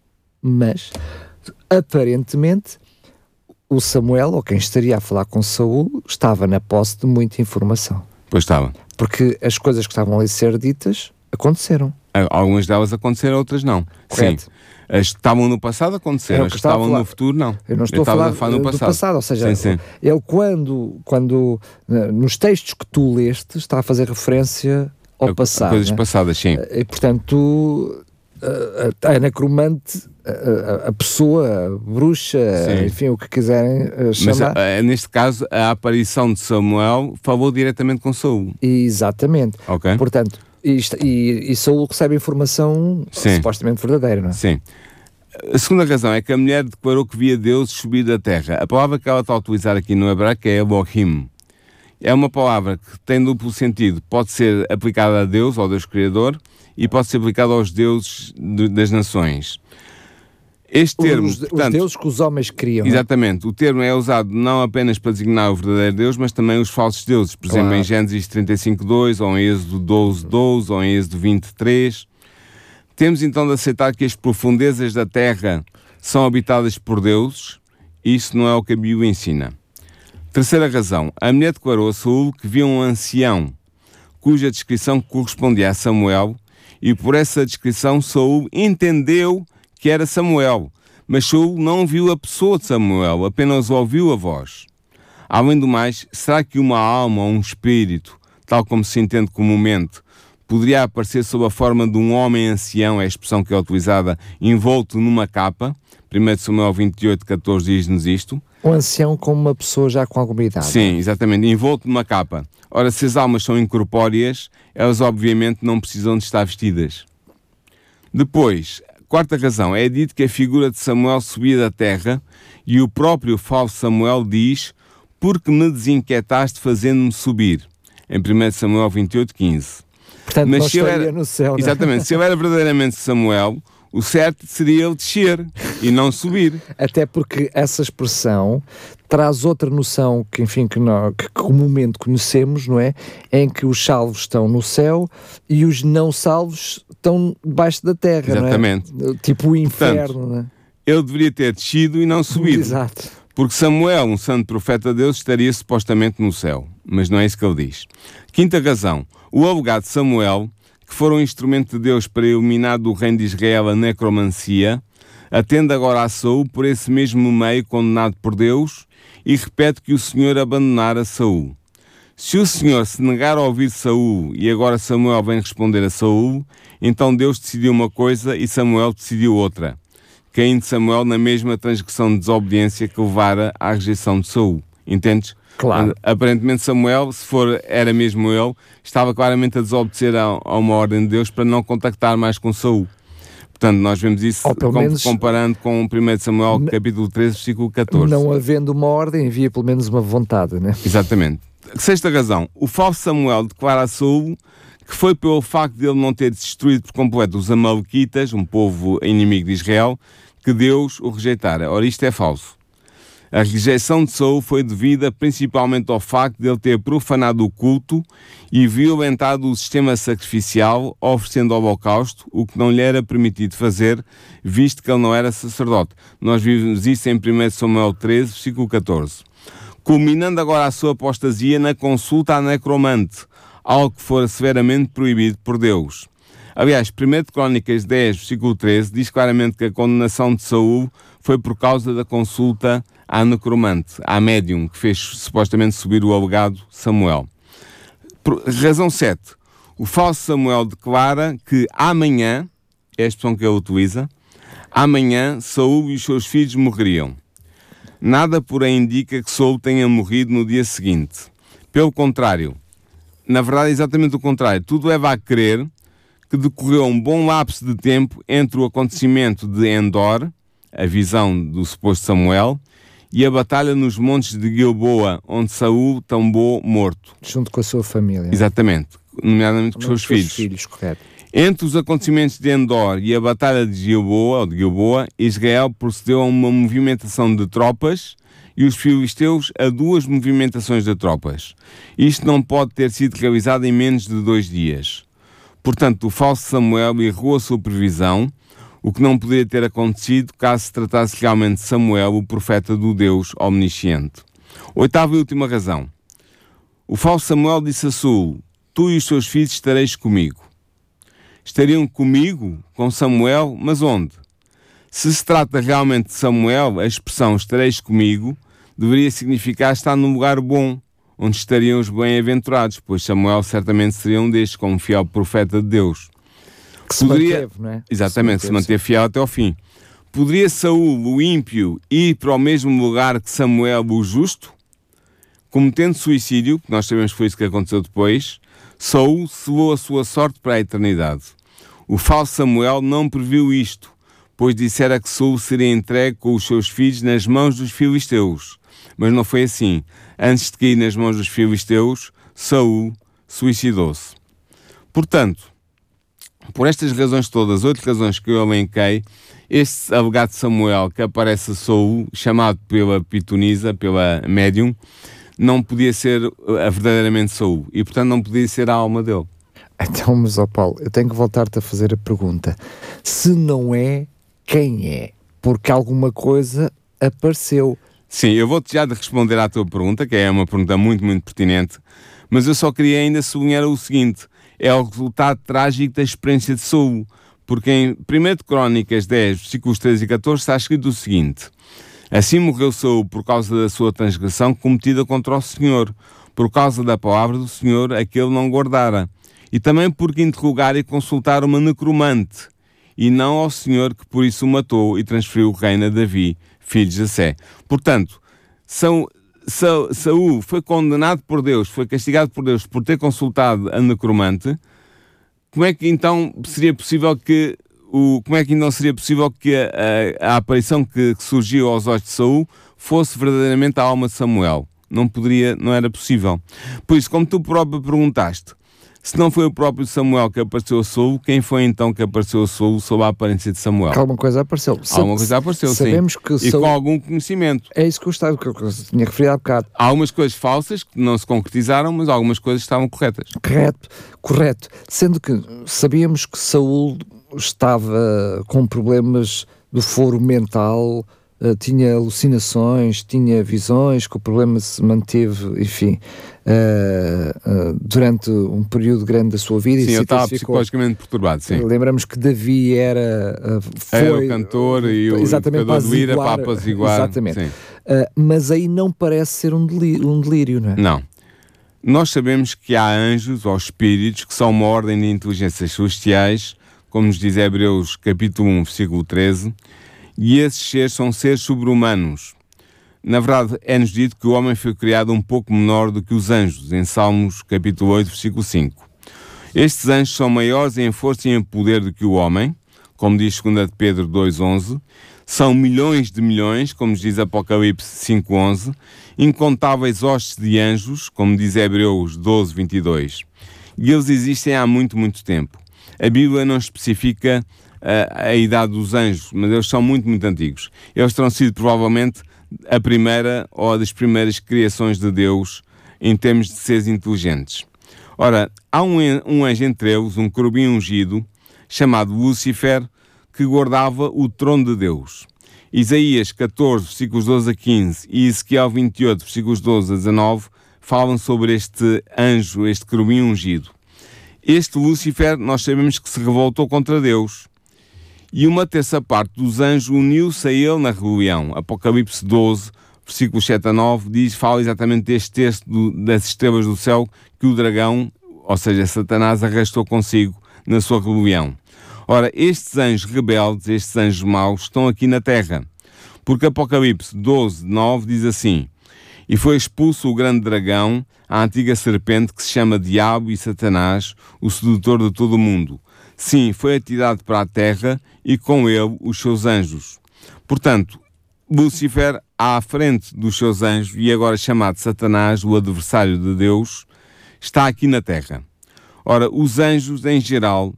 aparentemente o Samuel, ou quem estaria a falar com Saul, estava na posse de muita informação. Pois estava. Porque as coisas que estavam ali a ser ditas aconteceram. Algumas delas aconteceram, outras não. Correto. Sim. As que estavam no passado aconteceram, as que estavam no futuro não. Eu não estou a falar no do passado, ou seja, ele quando nos textos que tu leste está a fazer referência ao passado. Coisas passadas, sim. E portanto, a necromante, a pessoa, a bruxa, sim, enfim, o que quiserem chamar. Mas neste caso, a aparição de Samuel falou diretamente com Saul. Exatamente. Ok. Portanto, e Saul recebe informação supostamente verdadeira, não é? Sim. A segunda razão é que a mulher declarou que via Deus subir da terra. A palavra que ela está a utilizar aqui no hebraico é Elohim. É uma palavra que tem duplo sentido. Pode ser aplicada a Deus, ao Deus Criador, e pode ser aplicada aos deuses das nações. Este termo, portanto, os deuses que os homens criam. Exatamente. O termo é usado não apenas para designar o verdadeiro Deus, mas também os falsos deuses. Por exemplo, em Gênesis 35:2, ou em Êxodo 12:12, ou em Êxodo 23. Temos então de aceitar que as profundezas da terra são habitadas por deuses. Isso não é o que a Bíblia ensina. Terceira razão. A mulher declarou a Saul que via um ancião, cuja descrição correspondia a Samuel, e por essa descrição Saul entendeu que era Samuel, mas Saul não viu a pessoa de Samuel, apenas ouviu a voz. Além do mais, será que uma alma ou um espírito, tal como se entende comumente, poderia aparecer sob a forma de um homem ancião, é a expressão que é utilizada, envolto numa capa? 1 Samuel 28:14 diz-nos isto. Um ancião como uma pessoa já com alguma idade. Sim, exatamente, envolto numa capa. Ora, se as almas são incorpóreas, elas obviamente não precisam de estar vestidas. Depois, quarta razão, é dito que a figura de Samuel subia da terra e o próprio falso Samuel diz: porque me desinquietaste fazendo-me subir. Em 1 Samuel 28:15. Portanto, mas não estaria no céu, não é? Exatamente, se ele era verdadeiramente Samuel, o certo seria ele descer e não subir. Até porque essa expressão traz outra noção que, enfim, que comumente conhecemos, não é? Em que os salvos estão no céu e os não salvos estão debaixo da terra, exatamente, não é? Tipo o inferno, portanto, não é? Ele deveria ter descido e não subido. Exato. Porque Samuel, um santo profeta de Deus, estaria supostamente no céu. Mas não é isso que ele diz. Quinta razão. O alegado Samuel, que for um instrumento de Deus para eliminar do reino de Israel a necromancia, atende agora a Saul por esse mesmo meio condenado por Deus e repete que o Senhor abandonara Saul. Se o Senhor se negar a ouvir Saul e agora Samuel vem responder a Saul, então Deus decidiu uma coisa e Samuel decidiu outra, caindo Samuel na mesma transgressão de desobediência que levara à rejeição de Saul. Entendes? Claro. Aparentemente Samuel, se era mesmo ele, estava claramente a desobedecer a uma ordem de Deus para não contactar mais com Saul. Portanto, nós vemos isso comparando com 1 Samuel capítulo 13, versículo 14. Não havendo uma ordem, havia pelo menos uma vontade, né? Exatamente. Sexta razão. O falso Samuel declara a Saul que foi pelo facto de ele não ter destruído por completo os Amalequitas, um povo inimigo de Israel, que Deus o rejeitara. Ora, isto é falso. A rejeição de Saul foi devida principalmente ao facto de ele ter profanado o culto e violentado o sistema sacrificial, oferecendo holocausto, o que não lhe era permitido fazer, visto que ele não era sacerdote. Nós vimos isso em 1 Samuel 13, versículo 14. Culminando agora a sua apostasia na consulta à necromante, algo que fora severamente proibido por Deus. Aliás, 1 Crónicas 10, versículo 13, diz claramente que a condenação de Saul foi por causa da consulta à necromante, à médium, que fez supostamente subir o alegado Samuel. Razão 7. O falso Samuel declara que amanhã, é a expressão que ele utiliza, amanhã Saul e os seus filhos morreriam. Nada, porém, indica que Saul tenha morrido no dia seguinte. Pelo contrário, na verdade é exatamente o contrário. Tudo leva a crer que decorreu um bom lapso de tempo entre o acontecimento de Endor, a visão do suposto Samuel, e a batalha nos montes de Gilboa, onde Saul tombou morto. Junto com a sua família. Exatamente, nomeadamente com os seus filhos. Correto. Entre os acontecimentos de Endor e a batalha de Gilboa, Israel procedeu a uma movimentação de tropas e os filisteus a 2 movimentações de tropas. Isto não pode ter sido realizado em menos de 2 dias. Portanto, o falso Samuel errou a sua previsão, o que não poderia ter acontecido caso se tratasse realmente de Samuel, o profeta do Deus omnisciente. Oitava e última razão. O falso Samuel disse a Saul: tu e os teus filhos estareis comigo. Estariam comigo, com Samuel, mas onde? Se trata realmente de Samuel, a expressão estareis comigo deveria significar estar num lugar bom, onde estariam os bem-aventurados, pois Samuel certamente seria um destes, como fiel profeta de Deus. Que se manteve, não é? Exatamente, se manteve fiel até ao fim. Poderia Saul, o ímpio, ir para o mesmo lugar que Samuel, o justo? Cometendo suicídio, que nós sabemos que foi isso que aconteceu depois, Saul selou a sua sorte para a eternidade. O falso Samuel não previu isto, pois dissera que Saul seria entregue com os seus filhos nas mãos dos filisteus. Mas não foi assim. Antes de cair nas mãos dos filisteus, Saul suicidou-se. Portanto, por estas razões todas, 8 razões que eu elenquei, este alegado Samuel que aparece a Saul, chamado pela pitonisa, pela médium, não podia ser verdadeiramente Saul e, portanto, não podia ser a alma dele. Então, mas, Paulo, eu tenho que voltar-te a fazer a pergunta. Se não é, quem é? Porque alguma coisa apareceu. Sim, eu vou-te já responder à tua pergunta, que é uma pergunta muito, muito pertinente, mas eu só queria ainda sublinhar o seguinte: é o resultado trágico da experiência de Saul, porque em 1 Crónicas 10, versículos 13 e 14, está escrito o seguinte: assim morreu Saul por causa da sua transgressão cometida contra o Senhor, por causa da palavra do Senhor a que ele não guardara, e também porque interrogara e consultara uma necromante, e não ao Senhor, que por isso o matou e transferiu o reino a Davi, filho de Jessé. Portanto, Saul foi condenado por Deus, foi castigado por Deus por ter consultado a necromante. Como é que então seria possível que a aparição que surgiu aos olhos de Saul fosse verdadeiramente a alma de Samuel? Não era possível. Por isso, como tu próprio perguntaste, se não foi o próprio Samuel que apareceu a Saul, quem foi então que apareceu a Saul sob a aparência de Samuel? Alguma coisa apareceu. Alguma coisa apareceu, sabemos sim. Que e Saul... com algum conhecimento. É isso que eu tinha referido há bocado. Há algumas coisas falsas que não se concretizaram, mas algumas coisas estavam corretas. Correto. Sendo que sabíamos que Saul estava com problemas do foro mental, tinha alucinações, tinha visões, que o problema se manteve, enfim, durante um período grande da sua vida. Sim, e ele estava psicologicamente perturbado, sim. Lembramos que Davi era o cantor e o educador do Ira para apaziguar. Exatamente. Mas aí não parece ser um delírio, não é? Não. Nós sabemos que há anjos ou espíritos que são uma ordem de inteligências celestiais, como nos diz Hebreus capítulo 1, versículo 13, e esses seres são seres sobre-humanos. Na verdade, é-nos dito que o homem foi criado um pouco menor do que os anjos, em Salmos capítulo 8, versículo 5. Estes anjos são maiores em força e em poder do que o homem, como diz 2 Pedro 2,11, são milhões de milhões, como diz Apocalipse 5,11, incontáveis hostes de anjos, como diz Hebreus 12, 22. E eles existem há muito, muito tempo. A Bíblia não especifica a idade dos anjos, mas eles são muito, muito antigos. Eles terão sido provavelmente a primeira ou das primeiras criações de Deus em termos de seres inteligentes. Ora, há um anjo entre eles, um querubim ungido, chamado Lúcifer, que guardava o trono de Deus. Isaías 14, versículos 12 a 15 e Ezequiel 28, versículos 12 a 19 falam sobre este anjo, este querubim ungido. Este Lúcifer, nós sabemos que se revoltou contra Deus. E uma terça parte dos anjos uniu-se a ele na rebelião. Apocalipse 12, versículos 7 a 9, fala exatamente deste texto das estrelas do céu que o dragão, ou seja, Satanás, arrastou consigo na sua rebelião. Ora, estes anjos rebeldes, estes anjos maus, estão aqui na terra. Porque Apocalipse 12, 9 diz assim: e foi expulso o grande dragão, a antiga serpente que se chama Diabo e Satanás, o sedutor de todo o mundo. Sim, foi atirado para a terra e com ele os seus anjos. Portanto, Lúcifer, à frente dos seus anjos, e agora chamado Satanás, o adversário de Deus, está aqui na terra. Ora, os anjos, em geral,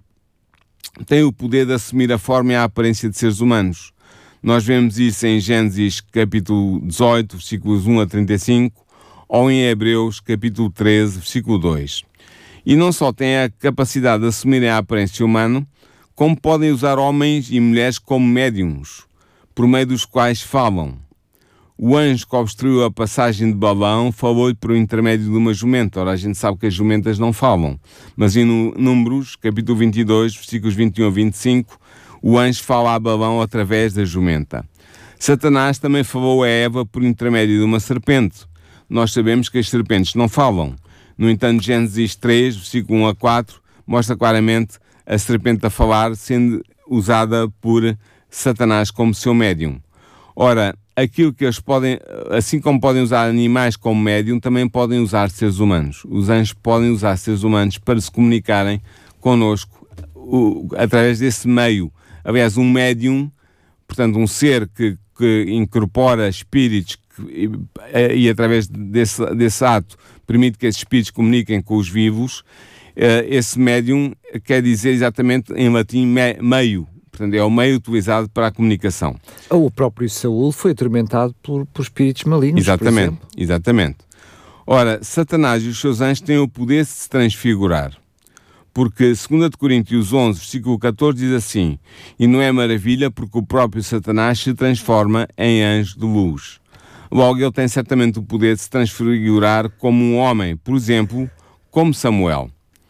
têm o poder de assumir a forma e a aparência de seres humanos. Nós vemos isso em Gênesis capítulo 18, versículos 1 a 35, ou em Hebreus capítulo 13, versículo 2. E não só têm a capacidade de assumirem a aparência humana, como podem usar homens e mulheres como médiums, por meio dos quais falam. o anjo que obstruiu a passagem de Balaão falou-lhe por intermédio de uma jumenta. Ora, a gente sabe que as jumentas não falam, mas em Números, capítulo 22, versículos 21 a 25, o anjo fala a Balaão através da jumenta. Satanás também falou a Eva por intermédio de uma serpente. Nós sabemos que as serpentes não falam. No entanto, Gênesis 3, versículo 1 a 4, mostra claramente a serpente a falar, sendo usada por Satanás como seu médium. Ora, aquilo que eles podem, assim como podem usar animais como médium, também podem usar seres humanos. Os anjos podem usar seres humanos para se comunicarem connosco através desse meio. Aliás, um médium, portanto, um ser que incorpora espíritos e através desse ato permite que esses espíritos comuniquem com os vivos, esse médium quer dizer exatamente em latim meio. Portanto, é o meio utilizado para a comunicação. O próprio Saúl foi atormentado por espíritos malignos, exatamente, por exemplo. Exatamente. Ora, Satanás e os seus anjos têm o poder de se transfigurar. Porque, 2 Coríntios 11, versículo 14, diz assim: e não é maravilha porque o próprio Satanás se transforma em anjo de luz. Logo, ele tem certamente o poder de se transfigurar como um homem, por exemplo, como Samuel.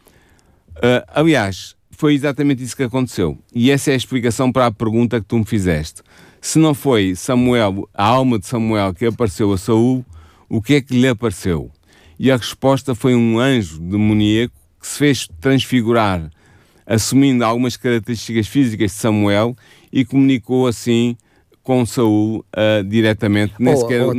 Aliás, foi exatamente isso que aconteceu. E essa é a explicação para a pergunta que tu me fizeste. Se não foi Samuel, a alma de Samuel que apareceu a Saúl, o que é que lhe apareceu? E a resposta foi um anjo demoníaco que se fez transfigurar, assumindo algumas características físicas de Samuel e comunicou assim com Saúl diretamente, nem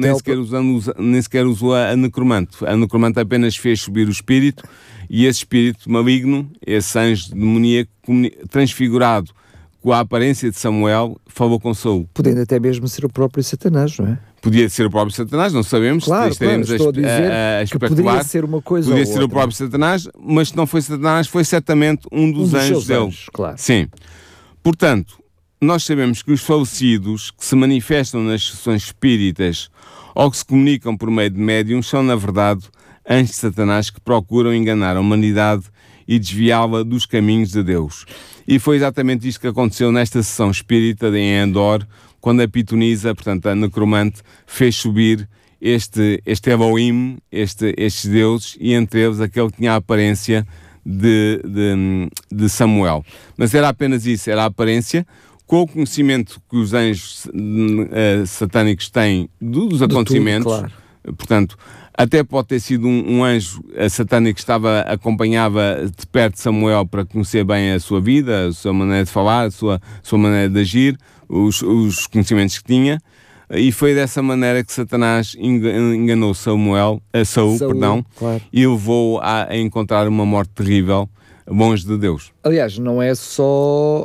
sequer usou a necromante. A necromante apenas fez subir o espírito e esse espírito maligno, esse anjo demoníaco transfigurado com a aparência de Samuel, falou com Saúl. Podendo até mesmo ser o próprio Satanás, não é? Podia ser o próprio Satanás, não sabemos. Claro, estaremos estou a dizer que poderia ser uma coisa poderia ou ser outra. O próprio Satanás, mas se não foi Satanás, foi certamente um dos anjos dele. Anjos, claro. Sim. Portanto, nós sabemos que os falecidos que se manifestam nas sessões espíritas ou que se comunicam por meio de médiums são, na verdade, anjos de Satanás que procuram enganar a humanidade e desviá-la dos caminhos de Deus. E foi exatamente isto que aconteceu nesta sessão espírita em Endor, quando a pitonisa, portanto a necromante, fez subir este Elohim, estes deuses, e entre eles aquele que tinha a aparência de Samuel. Mas era apenas isso, era a aparência, com o conhecimento que os anjos satânicos têm dos acontecimentos. Tudo, claro. Portanto, até pode ter sido um anjo satânico que acompanhava de perto Samuel para conhecer bem a sua vida, a sua maneira de falar, a sua maneira de agir, os conhecimentos que tinha, e foi dessa maneira que Satanás enganou Saúl, claro. E levou a encontrar uma morte terrível, longe de Deus. Aliás, não é só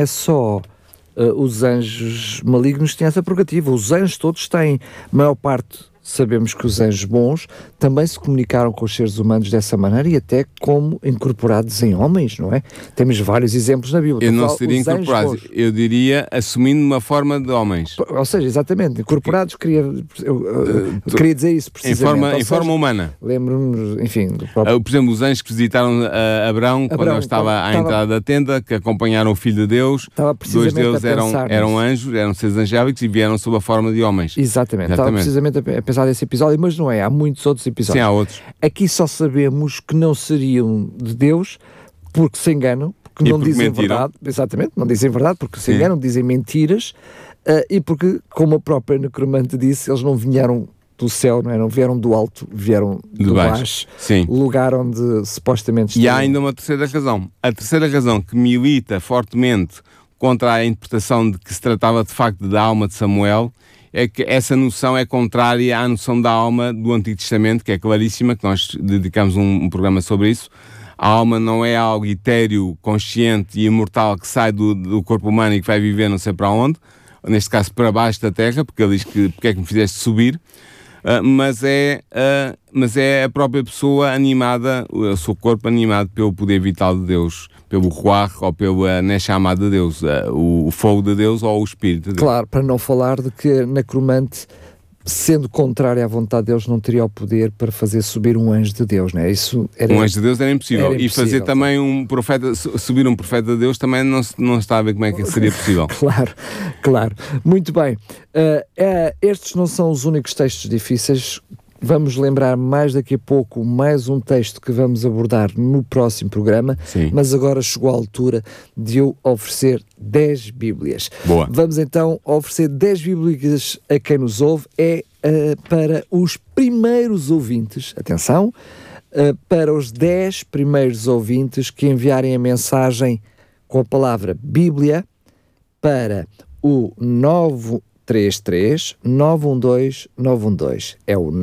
os anjos malignos que têm essa prerrogativa, os anjos todos têm, a maior parte. Sabemos que os anjos bons também se comunicaram com os seres humanos dessa maneira e até como incorporados em homens, não é? Temos vários exemplos na Bíblia. Eu não seria incorporados, eu diria assumindo uma forma de homens. Ou seja, exatamente, incorporados, queria dizer isso precisamente. Em forma humana. Lembro-me, enfim... Do próprio... Por exemplo, os anjos que visitaram Abraão quando ele estava à entrada da tenda, que acompanharam o Filho de Deus, dois deles eram anjos, eram seres angélicos e vieram sob a forma de homens. Exatamente. Estava precisamente a pensar desse episódio, mas não é, há muitos outros episódios. Sim, há outros. Aqui só sabemos que não seriam de Deus porque se enganam, porque não dizem verdade, exatamente, não dizem verdade, porque se enganam, dizem mentiras, e porque, como a própria necromante disse, eles não vieram do céu, não vieram do alto, vieram do baixo, lugar onde supostamente estão. E há ainda uma terceira razão. A terceira razão que milita fortemente contra a interpretação de que se tratava de facto da alma de Samuel é que essa noção é contrária à noção da alma do Antigo Testamento, que é claríssima, que nós dedicamos um programa sobre isso. A alma não é algo etéreo, consciente e imortal que sai do corpo humano e que vai viver não sei para onde, neste caso para baixo da terra, porque ele diz que porque é que me fizeste subir, mas é a própria pessoa animada, o seu corpo animado pelo poder vital de Deus, pelo Ruach ou pela Neshama de Deus, o fogo de Deus ou o Espírito de Deus. Claro, para não falar de que a necromante sendo contrário à vontade de Deus, não teria o poder para fazer subir um anjo de Deus, não é? Isso era, um anjo de Deus era impossível. Era impossível, e fazer também um profeta, subir um profeta de Deus também não está a ver como é que seria possível. Claro. Muito bem. Estes não são os únicos textos difíceis. Vamos lembrar mais daqui a pouco mais um texto que vamos abordar no próximo programa. Sim. Mas agora chegou a altura de eu oferecer 10 Bíblias. Boa. Vamos então oferecer 10 Bíblias a quem nos ouve. Para os primeiros ouvintes, atenção, para os 10 primeiros ouvintes que enviarem a mensagem com a palavra Bíblia para o 933-912-912. É o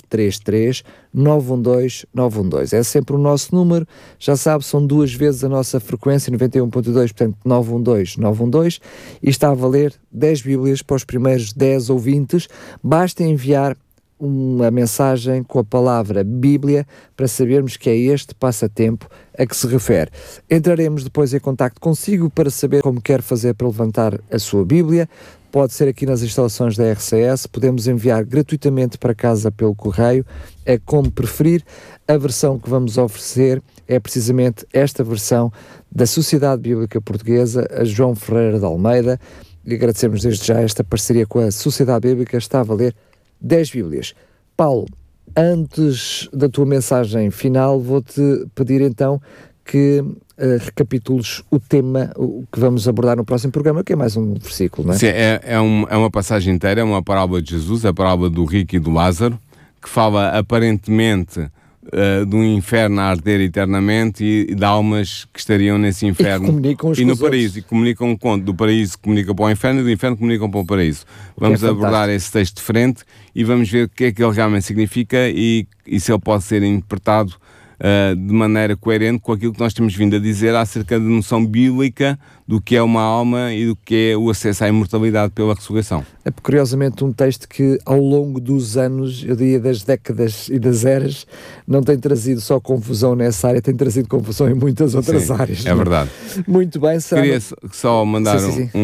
933-912-912. É sempre o nosso número. Já sabe, são 2 vezes a nossa frequência, 91.2, portanto 912-912. E está a valer 10 Bíblias para os primeiros 10 ouvintes. Basta enviar uma mensagem com a palavra Bíblia para sabermos que é este passatempo a que se refere. Entraremos depois em contacto consigo para saber como quer fazer para levantar a sua Bíblia. Pode ser aqui nas instalações da RCS, podemos enviar gratuitamente para casa pelo correio, é como preferir. A versão que vamos oferecer é precisamente esta versão da Sociedade Bíblica Portuguesa, a João Ferreira de Almeida, e agradecemos desde já esta parceria com a Sociedade Bíblica. Está a valer 10 Bíblias. Paulo, antes da tua mensagem final, vou-te pedir então que recapitules o tema que vamos abordar no próximo programa, que é mais um versículo, não é? Sim, é uma passagem inteira, é uma parábola de Jesus, a parábola do rico e do Lázaro, que fala aparentemente do inferno a arder eternamente e de almas que estariam nesse inferno e no paraíso, e comunicam um conto do paraíso, comunica para o inferno, e do inferno comunicam para o paraíso. Vamos abordar esse texto de frente e vamos ver o que é que ele realmente significa e se ele pode ser interpretado de maneira coerente com aquilo que nós temos vindo a dizer acerca da noção bíblica do que é uma alma e do que é o acesso à imortalidade pela ressurreição. É curiosamente um texto que ao longo dos anos, eu diria das décadas e das eras, não tem trazido só confusão nessa área, tem trazido confusão em muitas outras áreas. É verdade. Muito bem, Sara. Queria só mandar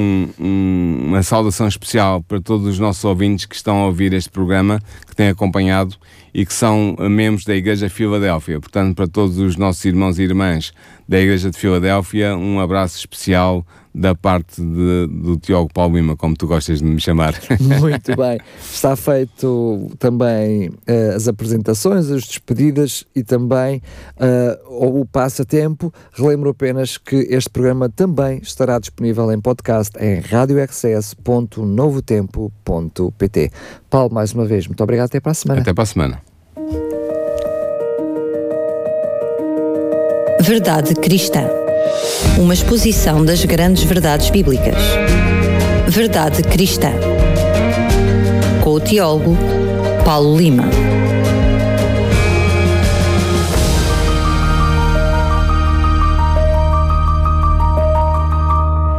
uma saudação especial para todos os nossos ouvintes que estão a ouvir este programa, que têm acompanhado e que são membros da Igreja de Filadélfia. Portanto, para todos os nossos irmãos e irmãs da Igreja de Filadélfia, um abraço especial da parte do Tiago Paulo Lima, como tu gostas de me chamar. Muito bem. Está feito também as apresentações, as despedidas e também o passatempo. Relembro apenas que este programa também estará disponível em podcast em radiorcs.novotempo.pt. Paulo, mais uma vez, muito obrigado. Até para a semana. Até para a semana. Verdade Cristã. Uma exposição das grandes verdades bíblicas. Verdade Cristã. Com o teólogo Paulo Lima.